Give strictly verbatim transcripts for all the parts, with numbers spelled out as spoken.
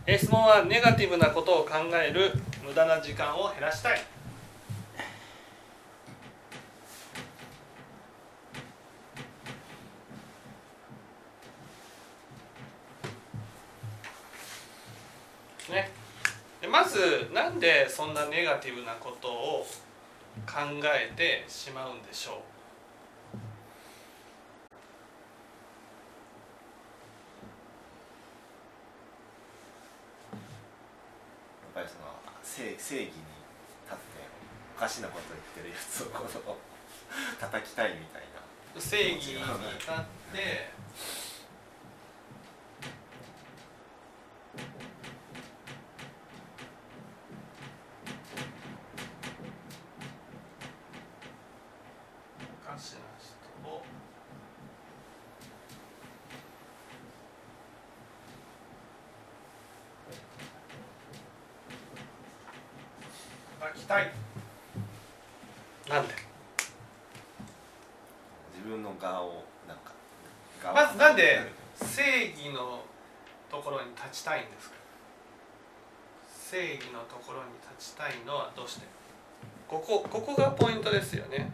質問はネガティブなことを考える無駄な時間を減らしたい。ね、でまずなんでそんなネガティブなことを考えてしまうんでしょう。 やっぱりその正, 正義に立っておかしなこと言ってるやつをこの叩きたいみたいな。 正義に立っておかしな人を叩きたい。なんで？ 自分の側をなんかまずなんで正義のところに立ちたいんですか？正義のところに立ちたいのはどうして？ここ、ここがポイントですよね。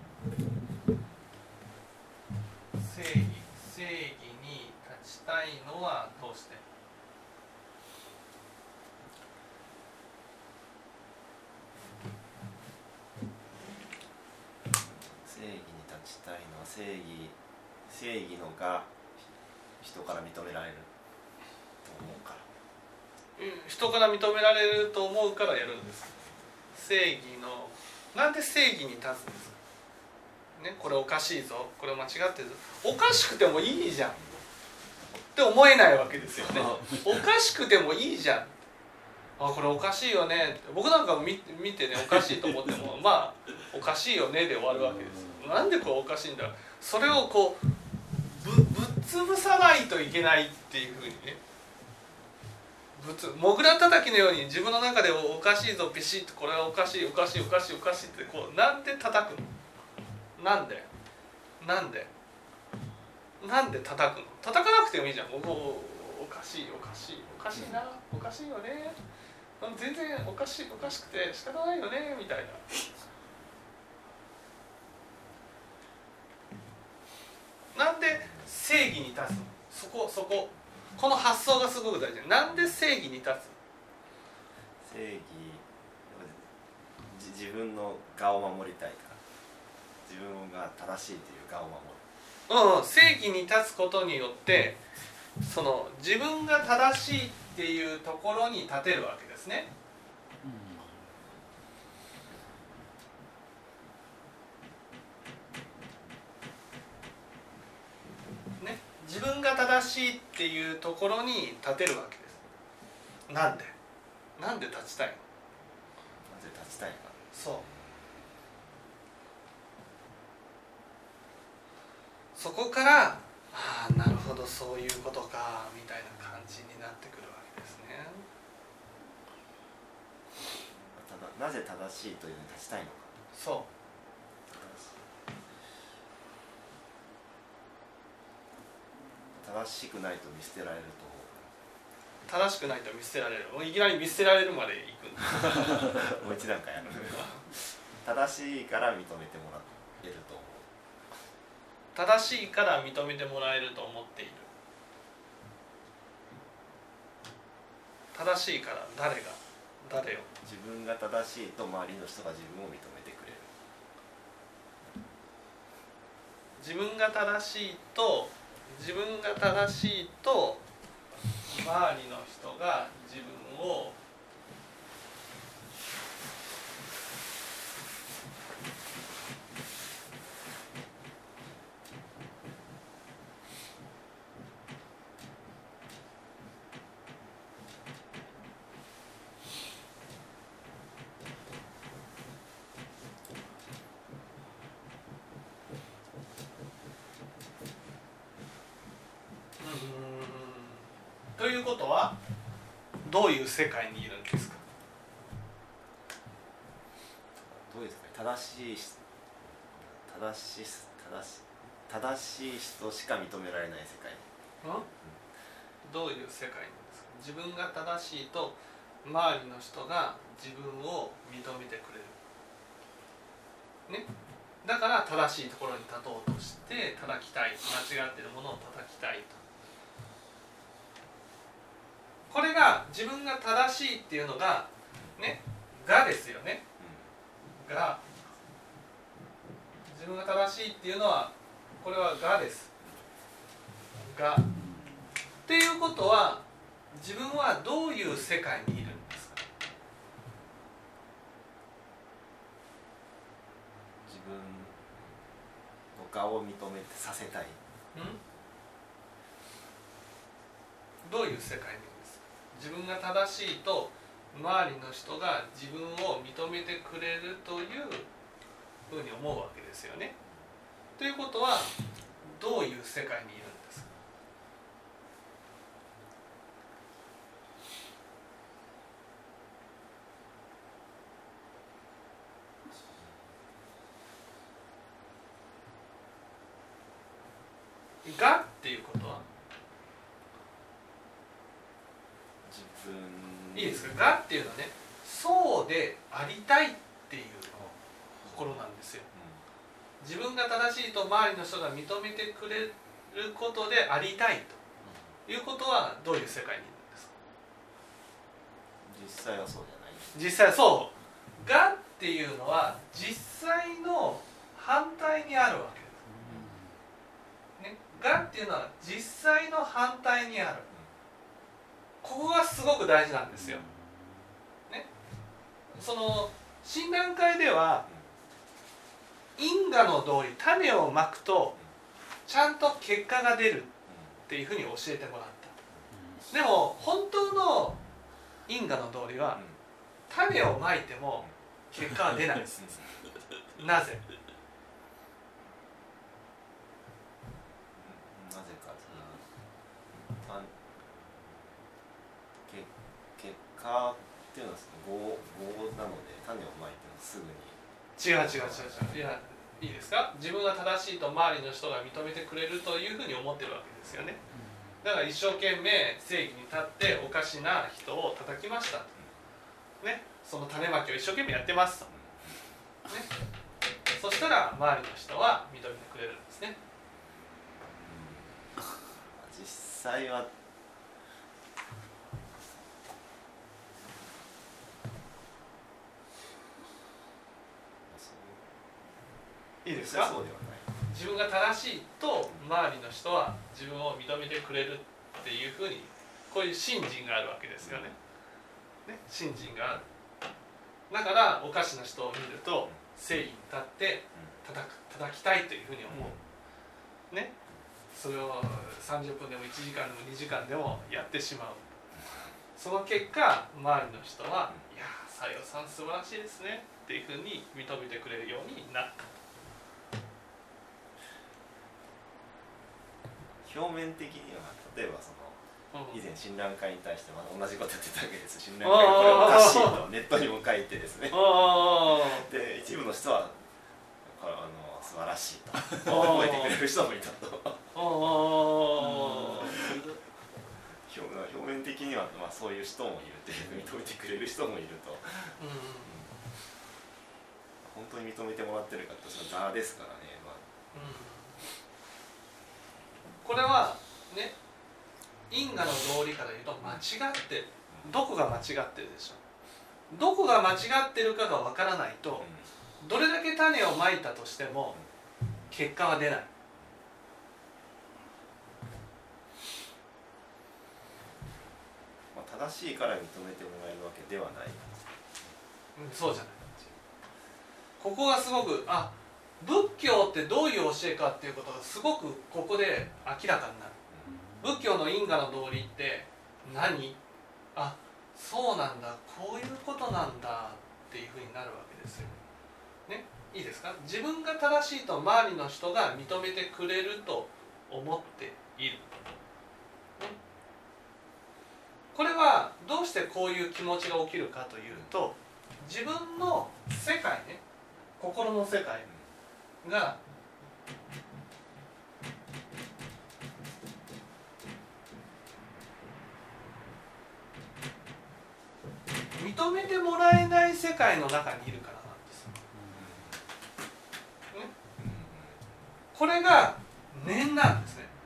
正義、正義に立ちたいのはどうして？ 正義に立ちたいのは正義正義のが人から認められると思うから。 人から認められると思うからやるんです。正義のなんで正義に立つんですか、ね、これおかしいぞ、これ間違ってるぞ、おかしくてもいいじゃんって思えないわけですよね。おかしくてもいいじゃん、あこれおかしいよね、僕なんか 見, 見てねおかしいと思ってもまあおかしいよねで終わるわけです。なんでこれおかしいんだ、それをこう ぶ, ぶっ潰さないといけないっていうふうにね、モグラ叩きのように自分の中でおかしいぞビシッと、これはおかしいおかしいおかしいおかしいってこうなんで叩くの、なんでなんでなんで叩くの、叩かなくてもいいじゃん。もうおかしいおかしいおかしいなおかしいよね、全然おかしいおかしくて仕方ないよねみたいな。なんで正義に立つの、そこそここの発想がすごく大事。なんで正義に立つ？ 正義自分の側を守りたいから、自分が正しいという側を守る。 うん、正義に立つことによってその自分が正しいっていうところに立てるわけですね。ね、自分が正しいっていうところに立てるわけです。なんで？なんで立ちたいの？ なぜ立ちたいか。 そう。そこからああなるほどそういうことかみたいな感じになってくるわけですね。 ただなぜ正しいというのに立ちたいのか。 そう。 正しくないと見捨てられると。 正しくないと見捨てられる。もういきなり見捨てられるまで行くんだ。 もう一段階やる。正しいから認めてもらえると思う。 正しいから認めてもらえると思っている。正しいから誰が誰を？ 自分が正しいと周りの人が自分を認めてくれる。 自分が正しいと自分が正しいと周りの人が自分をということはどういう世界にいるんですか？ どうですかね。正しい正しい正しい正しい人しか認められない世界。 うん、どういう世界なんですか？ 自分が正しいと周りの人が自分を認めてくれる、ね、だから正しいところに立とうとして叩きたい、間違っているものを叩きたいと。これが自分が正しいっていうのがね、がですよね。が自分が正しいっていうのはこれはがです。がっていうことは自分はどういう世界にいるんですか。 自分の我を認めてさせたい。んどういう世界にいるんですか。自分が正しいと周りの人が自分を認めてくれるというふうに思うわけですよね。ということはどういう世界にいるんですか。がっていうことは自分いいですか。がっていうのはね、そうでありたいっていうところなんですよ。自分が正しいと周りの人が認めてくれることでありたいということはどういう世界にいるんですか。 実際はそうじゃない。 実際はそう。がっていうのは実際の反対にあるわけです、ね、がっていうのは実際の反対にある。ここがすごく大事なんですよ、ね、その診断会では因果の道理、種をまくとちゃんと結果が出るっていうふうに教えてもらった。でも本当の因果の道理は種をまいても結果は出ないですなぜ。 なぜかあけ結果っていうのは業なので種をまいてもすぐに違う違う違う違う。いや、いいですか。自分が正しいと周りの人が認めてくれるというふうに思ってるわけですよね。だから一生懸命正義に立っておかしな人を叩きましたと、ね、その種まきを一生懸命やってますと、ね、そしたら周りの人は認めてくれるんですね。 実際はいいですか。 そうではない。 自分が正しいと周りの人は自分を認めてくれるっていうふうにこういう信心があるわけですよね。ね、信心がある。だからおかしな人を見ると正義に立って叩く、叩きたいというふうに思う。ね、それをさんじゅっぷんでもいちじかんでもにじかんでもやってしまう。その結果周りの人はいやー、さよさん素晴らしいですねっていうふうに認めてくれるようになった。 表面的には例えばその以前診断会に対してまだ同じことやってたわけです。診断会がこれおかしいとネットにも書いてですねで一部の人はこれあの素晴らしいと覚えてくれる人もいたと表, 表面的には、まあ、そういう人もいるっていう認めてくれる人もいると、うん、本当に認めてもらってるかってその座ですからね、まあうんこれはね、因果の道理から言うと間違ってる。どこが間違ってるでしょう。どこが間違ってるかがわからないとどれだけ種をまいたとしても結果は出ない。 まあ、正しいから認めてもらえるわけではない。 そうじゃない。ここがすごくあ仏教ってどういう教えかっていうことがすごくここで明らかになる。仏教の因果の道理って何？あ、そうなんだ、こういうことなんだっていうふうになるわけですよ。ね、いいですか？自分が正しいと周りの人が認めてくれると思っている。ね、これはどうしてこういう気持ちが起きるかというと、自分の世界ね、心の世界が認めてもらえない世界の中にいるからなんです、ね、これが念なんですね。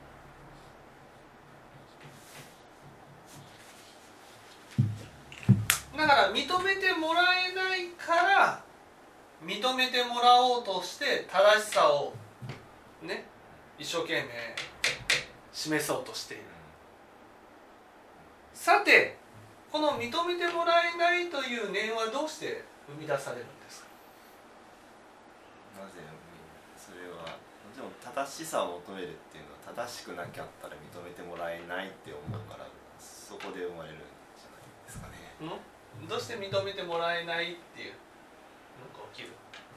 だから認めてもらえないから認めてもらおうとして正しさをね一生懸命示そうとしている。さてこの認めてもらえないという念はどうして生み出されるんですか。 なぜそれはもちろん正しさを求めるっていうのは正しくなきゃったら認めてもらえないって思うからそこで生まれるんじゃないですかね。 んどうして認めてもらえないっていうのが起きる。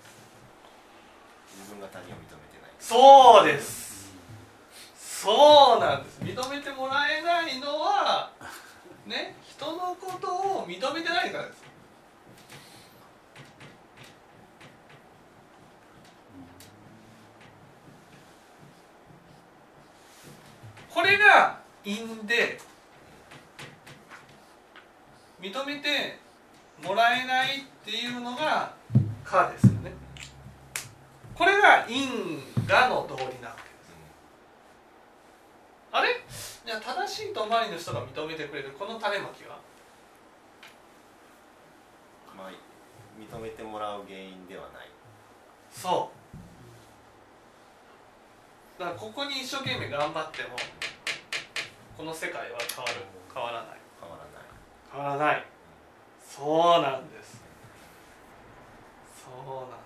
自分が他人を認めてない。 そうです、そうなんです。認めてもらえないのはね、人のことを認めてないからです。これが因で認めてもらえないっていうのが果ですよね。これが因果の道理なわけです。あれ？じゃあ正しいと周りの人が認めてくれるこの種まきは、 まあ、認めてもらう原因ではない。 そうだからここに一生懸命頑張ってもこの世界は変わる変わらない変わらない変わらない、そうなんです、そうなんです、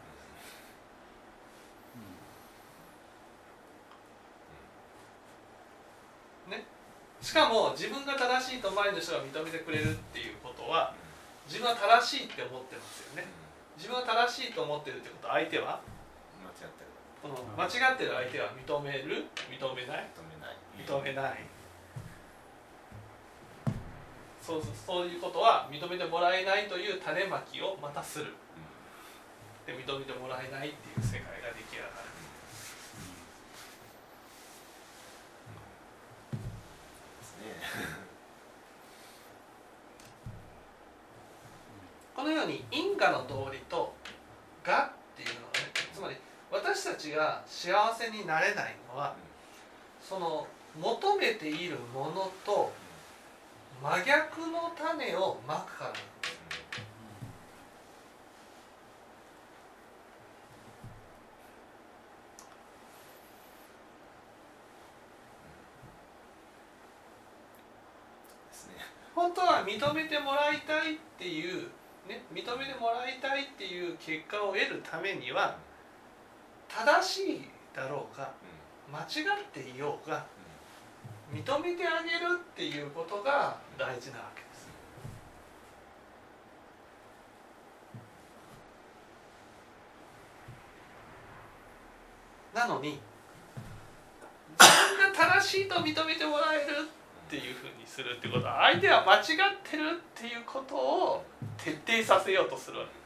ね、しかも自分が正しいと周りの人が認めてくれるっていうことは自分は正しいって思ってますよね。自分は正しいと思ってるってことは相手は間違ってる、 うん、間違ってる相手は認める認めない認めない認めない、そうそう、そういうことは認めてもらえないという種まきをまたする、で認めてもらえないっていう世界が出来上がる。このように因果の道理と我っていうのはね、つまり私たちが幸せになれないのはその求めているものと真逆の種をまくからなんです。本当は認めてもらいたいっていうね、認めてもらいたいっていう結果を得るためには正しいだろうが間違っていようが認めてあげるっていうことが大事なわけです。なのに自分が正しいと認めてもらえるっていうふうにするってことは相手は間違ってるっていうことを徹底させようとするわけ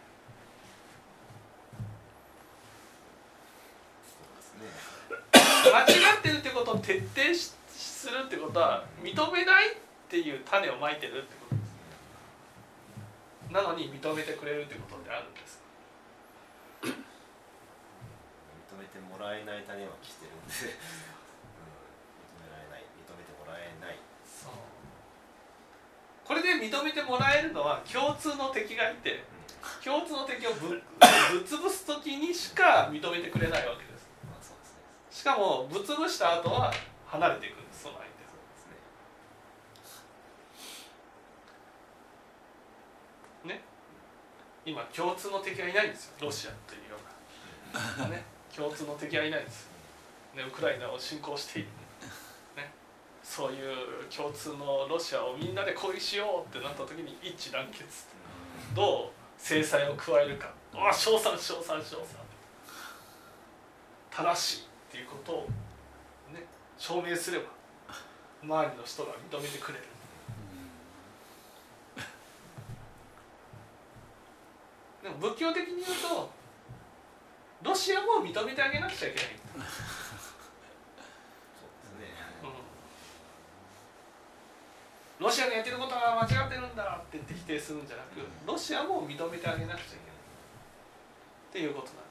です。間違ってるってことを徹底しするってことは認めないっていう種をまいてるってことです。なのに認めてくれるってことってあるんです。 認めてもらえない種まきしてるんで、うん、認められない、認めてもらえない。 そう。これで認めてもらえるのは共通の敵がいて、共通の敵を ぶ, ぶつぶす時にしか認めてくれないわけです。 まあそうですね、 しかもぶつぶした後は離れていくんです、その相手。 そうですね。 ね、今共通の敵はいないんですよ、ロシアというような、ね、共通の敵はいないんです、ね、ウクライナを侵攻している、ね、そういう共通のロシアをみんなで攻撃しようってなった時に一致団結、どう制裁を加えるか、ああ称賛称賛称賛、正しいっていうことを、ね、証明すれば周りの人が認めてくれる。でも仏教的に言うとロシアも認めてあげなくちゃいけない。 そうですね。 うん、 ロシアのやってることは間違ってるんだって言って否定するんじゃなく、ロシアも認めてあげなくちゃいけないっていうことなんです。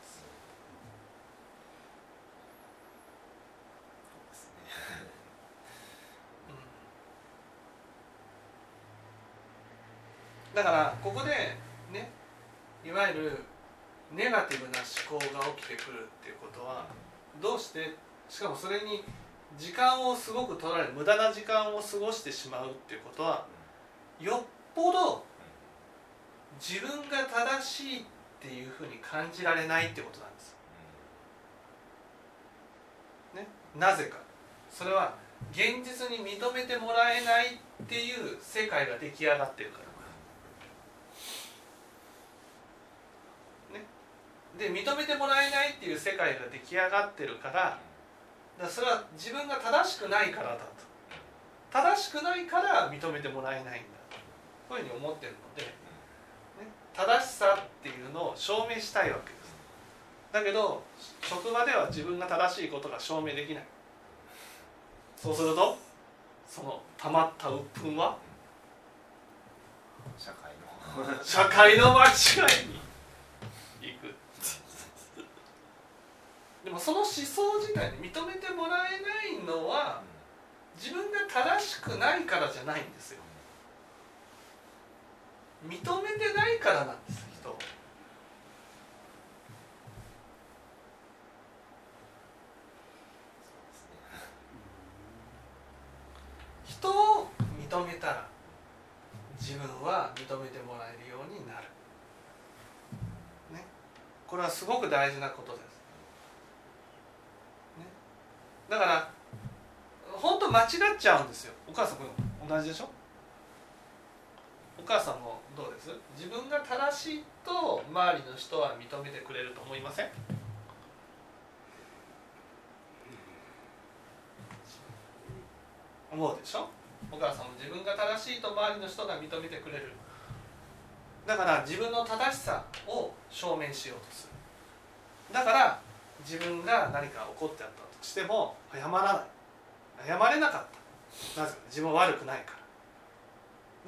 だからここでね、いわゆるネガティブな思考が起きてくるっていうことは、どうして、しかもそれに時間をすごく取られる、無駄な時間を過ごしてしまうっていうことは、よっぽど自分が正しいっていうふうに感じられないってことなんです、ね、なぜか、それは現実に認めてもらえないっていう世界が出来上がってるから、ね、で認めてもらえないっていう世界が出来上がってるから、だからそれは自分が正しくないからだと、正しくないから認めてもらえないんだと、こういうふうに思ってるので、ね、正しさっていうのを証明したいわけです。だけど職場では自分が正しいことが証明できない。そうするとその溜まった鬱憤は社会の社会の間違いに行く。でもその思想自体に認めてもらえないのは自分が正しくないからじゃないんですよ。認めてないからなんです、人を。人を認めたら自分は認めてもらえるようになる、ね、これはすごく大事なことです、ね、だから本当間違っちゃうんですよ。お母さんも同じでしょ。お母さんもどうです？自分が正しいと周りの人は認めてくれると思いません？思うでしょ。お母さんも自分が正しいと周りの人が認めてくれる。だから自分の正しさを証明しようとする。だから自分が何か怒ってあったとしても謝らない。謝れなかった。なぜか自分は悪くないから、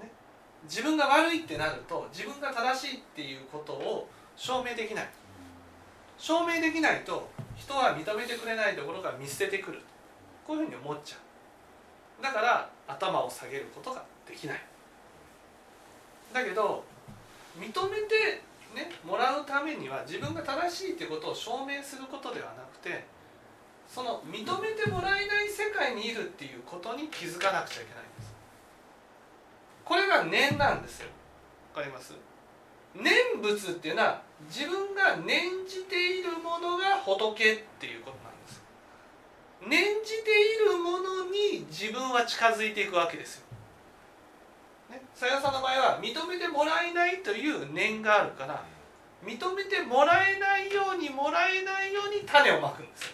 ね、自分が悪いってなると自分が正しいっていうことを証明できない。証明できないと人は認めてくれないところから見捨ててくる。こういうふうに思っちゃう。だから頭を下げることができない。だけど認めて、ね、もらうためには自分が正しいということを証明することではなくて、その認めてもらえない世界にいるっていうことに気づかなくちゃいけないんです。これが念なんですよ。わかります？念仏っていうのは自分が念じているものが仏っていうことなんです。念じているものに自分は近づいていくわけですよ。ね、さやさんの場合は認めてもらえないという念があるから、認めてもらえないようにもらえないように種をまくんですよ。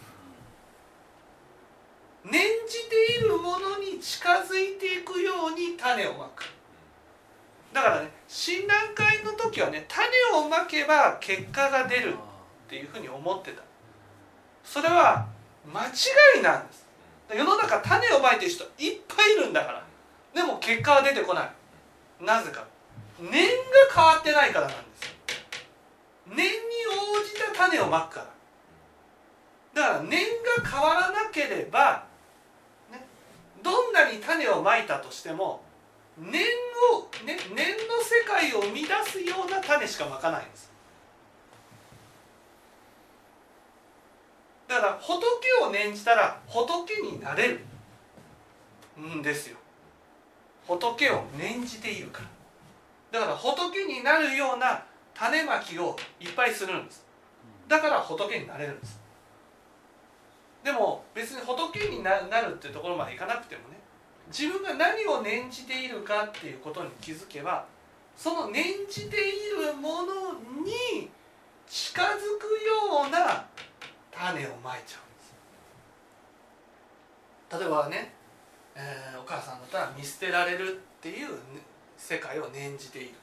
念じているものに近づいていくように種をまく。だからね、親鸞会の時はね、種をまけば結果が出るっていうふうに思ってた。それは間違いなんです。世の中種をまいてる人いっぱいいるんだから。でも結果は出てこない。なぜか、念が変わってないからなんですよ。念に応じた種をまくから。だから念が変わらなければ、ね、どんなに種をまいたとしても念を、ね、念の世界を生み出すような種しかまかないんです。だから仏を念じたら仏になれるんですよ。仏を念じているから。だから仏になるような種まきをいっぱいするんです。だから仏になれるんです。でも別に仏になるっていうところまでいかなくてもね、自分が何を念じているかっていうことに気づけば、その念じているものに近づくような種をまいちゃうんです。例えばね、えー、お母さんだったら見捨てられるっていう世界を念じている、ね、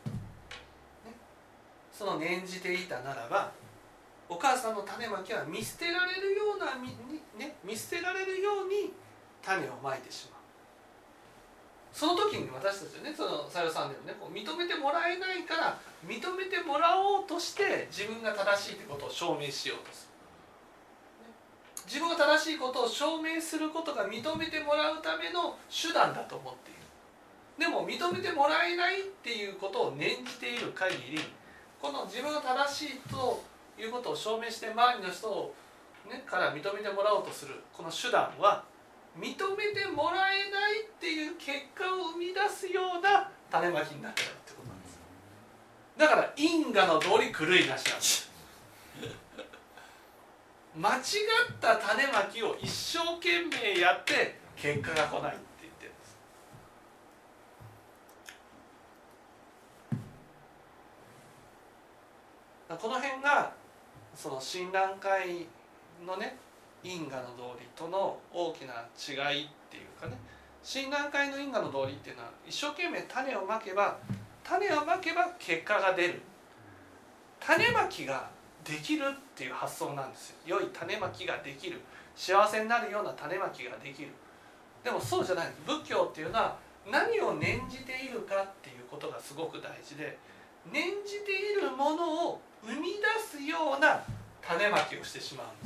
その念じていたならば、お母さんの種まきは見捨てられるような、ね、見捨てられるように種をまいてしまう。 その時に私たちはね、そのさよさんでもね、こう認めてもらえないから認めてもらおうとして自分が正しいってことを証明しようとする。自分が正しいことを証明することが認めてもらうための手段だと思っている。でも認めてもらえないっていうことを念じている限り、この自分が正しいということを証明して周りの人を、ね、から認めてもらおうとするこの手段は認めてもらえないっていう結果を生み出すような種まきになっちゃうってことなんです。だから因果の通り狂いなしなんです。間違った種まきを一生懸命やって結果が来ないって言ってるんです。この辺がその親鸞会のね、因果の道理との大きな違いっていうかね、親鸞会の因果の道理っていうのは一生懸命種をまけば種をまけば結果が出る、種まきができるっていう発想なんですよ。良い種まきができる、幸せになるような種まきができる。でもそうじゃない。仏教っていうのは何を念じているかっていうことがすごく大事で、念じているものを生み出すような種まきをしてしまうんです、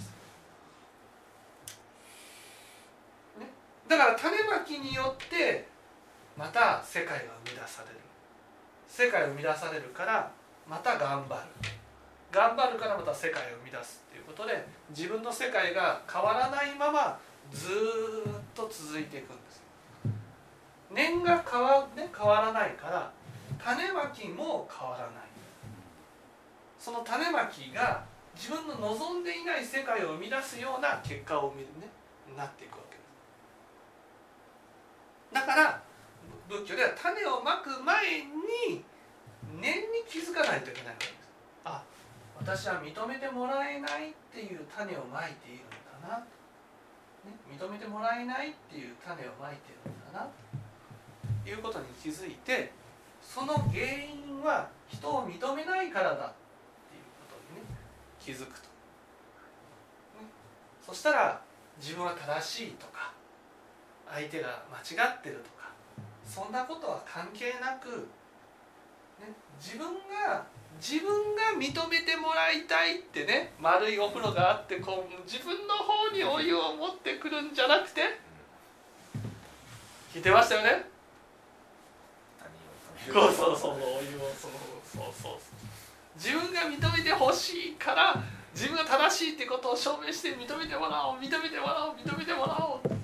ね、だから種まきによってまた世界が生み出される。世界を生み出されるからまた頑張る。頑張るからまた世界を生み出すっていうことで、自分の世界が変わらないままずーっと続いていくんです。念が変わ、ね、変わらないから種まきも変わらない。その種まきが自分の望んでいない世界を生み出すような結果を生み、ね、なっていくわけです。だから仏教では種をまく前に念に気づかないといけないわけです。あ、私は認めてもらえないっていう種をまいているんだな、ね、認めてもらえないっていう種をまいているんだなということに気づいて、その原因は人を認めないからだっていうことにね気づくと、ね、そしたら自分は正しいとか相手が間違ってるとかそんなことは関係なく、ね、自分が自分が認めてもらいたいってね、丸いお風呂があってこう自分の方にお湯を持ってくるんじゃなくて、聞いてましたよね。そうそうそう、お湯をそうそうそう、自分が認めてほしいから自分が正しいってことを証明して認めてもらおう認めてもらおう認めてもらおう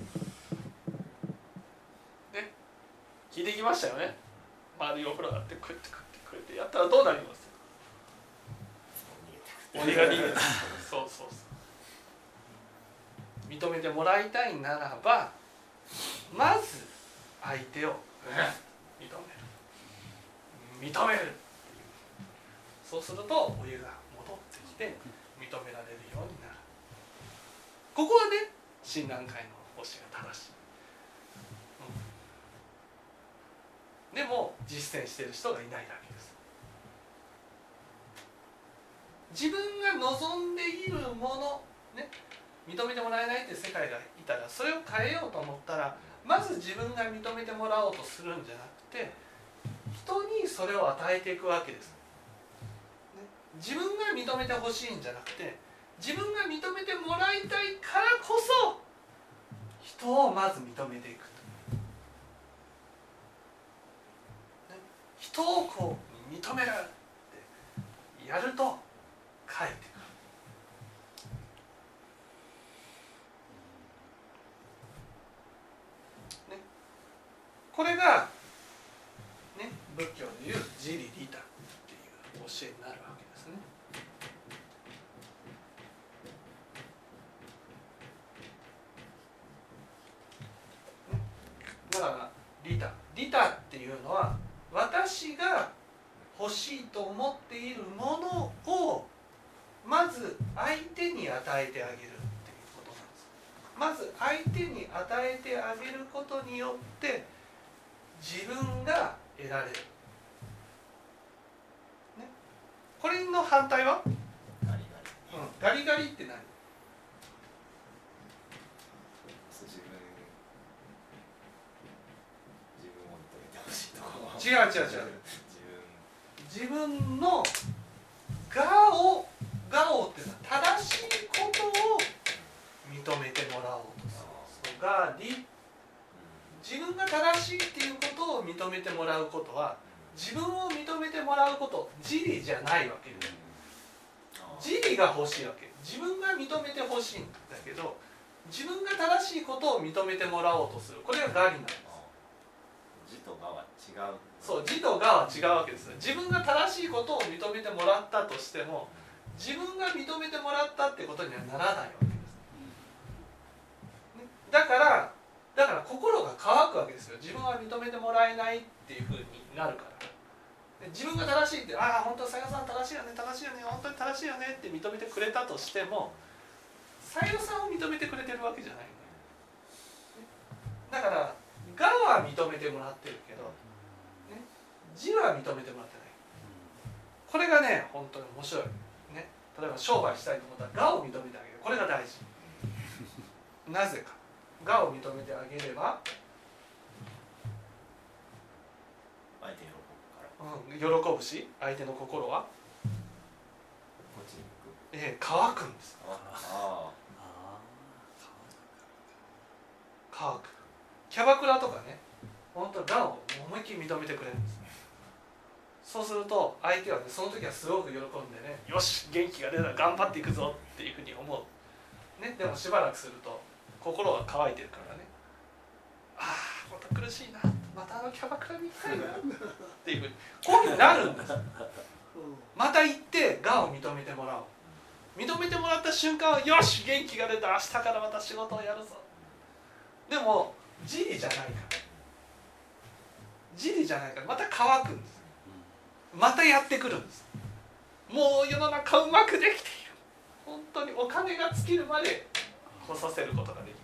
ね、聞いてきましたよね。丸いお風呂があってこうやってこうやってやったらどうなります？鬼が逃げてそうそうそう、認めてもらいたいならばまず相手を、ね、認める認めるっていう、そうするとお湯が戻ってきて認められるようになる。ここはね親鸞会の教えが正しい、うん、でも実践している人がいないだけです。自分が望んでいるもの、ね、認めてもらえないって世界がいたらそれを変えようと思ったらまず自分が認めてもらおうとするんじゃなくて人にそれを与えていくわけです、ね、自分が認めてほしいんじゃなくて自分が認めてもらいたいからこそ人をまず認めていくと、ね、人をこう認めるってやると返ってくる、ね、これが、ね、仏教でいう自利利他っていう教えになるわけですね。だから利他利他っていうのは私が欲しいと思っているものをまず相手に与えてあげるっていうことなんです。まず相手に与えてあげることによって自分が得られる、ね、これの反対はガリガリ、うん、ガリガリって何？ 自分自分を認違う違う違う自分の我を我をっていうのは正しいことを認めてもらおうとする。がり自分が正しいっていうことを認めてもらうことは自分を認めてもらうこと自利じゃないわけです。自利が欲しいわけ。自分が認めてほしいんだけど自分が正しいことを認めてもらおうとする。これが我利なんです。 自と我は違う。 そう自と我は違うわけです。自分が正しいことを認めてもらったとしても自分が認めてもらったってことにはならないわけです。だからだから心が乾くわけですよ。自分は認めてもらえないっていうふうになるから。で自分が正しいってああ本当さよさん正しいよね正しいよね本当に正しいよねって認めてくれたとしてもさよさんを認めてくれてるわけじゃない。だから我は認めてもらってるけど、ね、自は認めてもらってない。これがね本当に面白い、ね、例えば商売したいと思ったら我を認めてあげる。これが大事。なぜか我を認めてあげれば相手喜ぶから、 うん、喜ぶし相手の心はこっちに行く、 ええ、乾くんです。 ああ乾く。キャバクラとかね本当我を思いっきり認めてくれるんです。そうすると相手はねその時はすごく喜んでねよし元気が出た頑張っていくぞっていうふうに思う、ね、でもしばらくすると心が乾いてるからねああまた苦しいなまたあのキャバクラに行きたいなっていうふうにこういうふうになるんです。また行って我を認めてもらおう。認めてもらった瞬間はよし元気が出た明日からまた仕事をやるぞ。でも自利じゃないから自利じゃないからまた乾くんです。またやってくるんです。もう世の中うまくできている。本当にお金が尽きるまで来させることができる。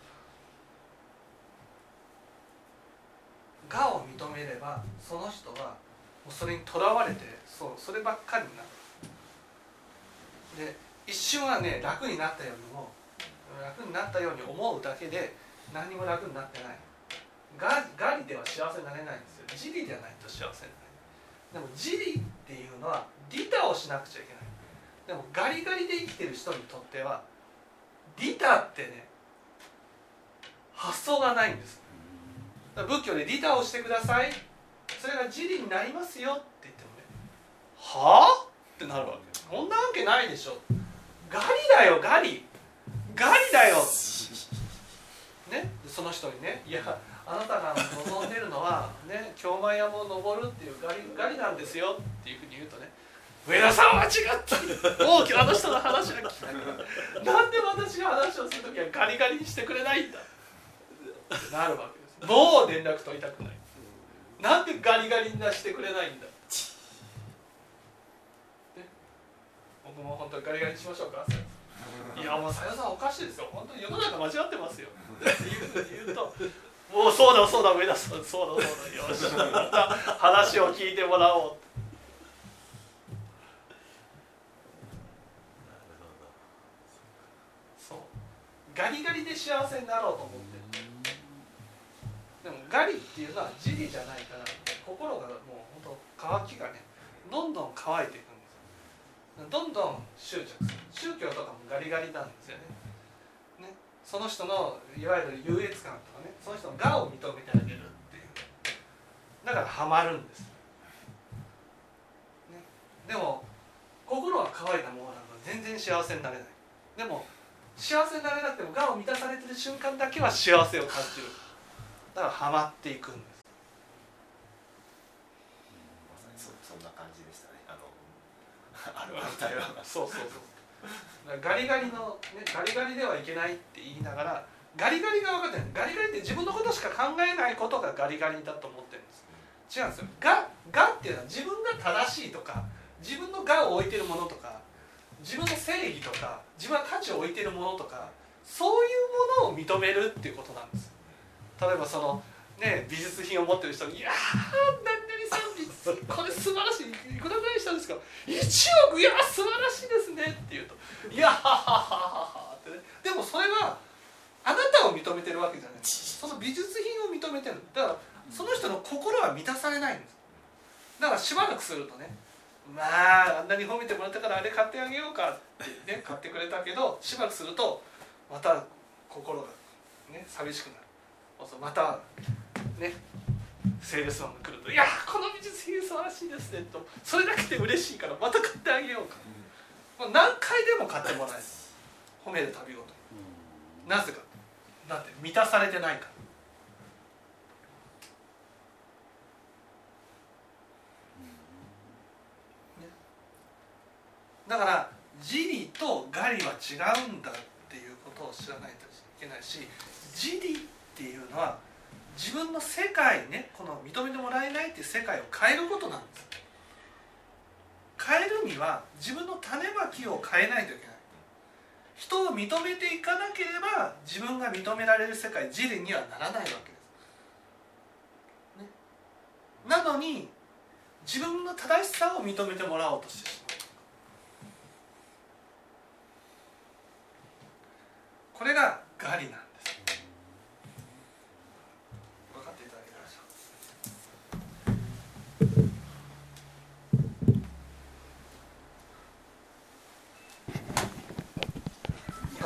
我を認めればその人はもうそれにとらわれてそうそればっかりになる。で一瞬はね楽になったようにも楽になったように思うだけで何も楽になってない。が我利では幸せになれないんですよ。自利ではないと幸せになれない。でも自利っていうのは利他をしなくちゃいけない。でもガリガリで生きてる人にとっては利他ってね発想がないんです。だから仏教で利他をしてくださいそれが自利になりますよって言ってもねはぁってなるわけ。そんなわけないでしょ。ガリだよガリガリだよね、その人にねいやあなたが望んでるのはね京満山を登るっていうガリガリなんですよっていうふうに言うとね上田さんは違ったもうあの人の話は聞きたくないなんで私が話をするときはガリガリにしてくれないんだってなるわけです。もう連絡取りたくない。なんでガリガリにしてくれないんだ、ね、僕も本当にガリガリにしましょうか。いやもうさよさんおかしいですよ本当に世の中間違ってますよって言うともうそうだそうだ上田さんそうだそうだよしまた話を聞いてもらおう。そうガリガリで幸せになろうと思ってる。でもガリっていうのは自利じゃないから心がもう本当乾きがねどんどん乾いていくんです。どんどん執着する。宗教とかもガリガリなんですよね。ねその人のいわゆる優越感とかねその人の我を認めてあげるっていうだからハマるんです、ね、でも心が乾いたものなんか全然幸せになれない。でも幸せになれなくても我を満たされてる瞬間だけは幸せを感じる。だからハマっていくんです。 まさに そ, そんな感じでしたね。あのあるある対話がそうそうそうガリガリの、ね、ガリガリではいけないって言いながらガリガリが分かってない。ガリガリって自分のことしか考えないことがガリガリだと思ってるんです。違うんですよ。が、がっていうのは自分が正しいとか自分のがを置いてるものとか自分の正義とか自分は価値を置いてるものとかそういうものを認めるっていうことなんです。例えばその、ね、美術品を持ってる人に「いやー何々さん美術品これ素晴らしいいくらぐらいしたんですかいちおくいやー素晴らしいですね」って言うと「いやはははは」ってね。でもそれはあなたを認めてるわけじゃない。その美術品を認めてる。だからその人の心は満たされないんです。だからしばらくするとね、まああんなに褒めてもらったからあれ買ってあげようかってね買ってくれたけど、しばらくするとまた心がね寂しくなる。またねセールスマンが来ると「いやこの美術品素晴らしいですね」と「それだけで嬉しいからまた買ってあげようか」うん、まあ、何回でも買ってもらえる、褒めるたびごとに。なぜか、だって満たされてないから。だから自利と我利は違うんだっていうことを知らないといけないし、自利っていうのは自分の世界ね、この認めてもらえないっていう世界を変えることなんです。変えるには自分の種まきを変えないといけない。人を認めていかなければ自分が認められる世界、自利にはならないわけです、ね、なのに自分の正しさを認めてもらおうとしてしまう。これが我利なんです。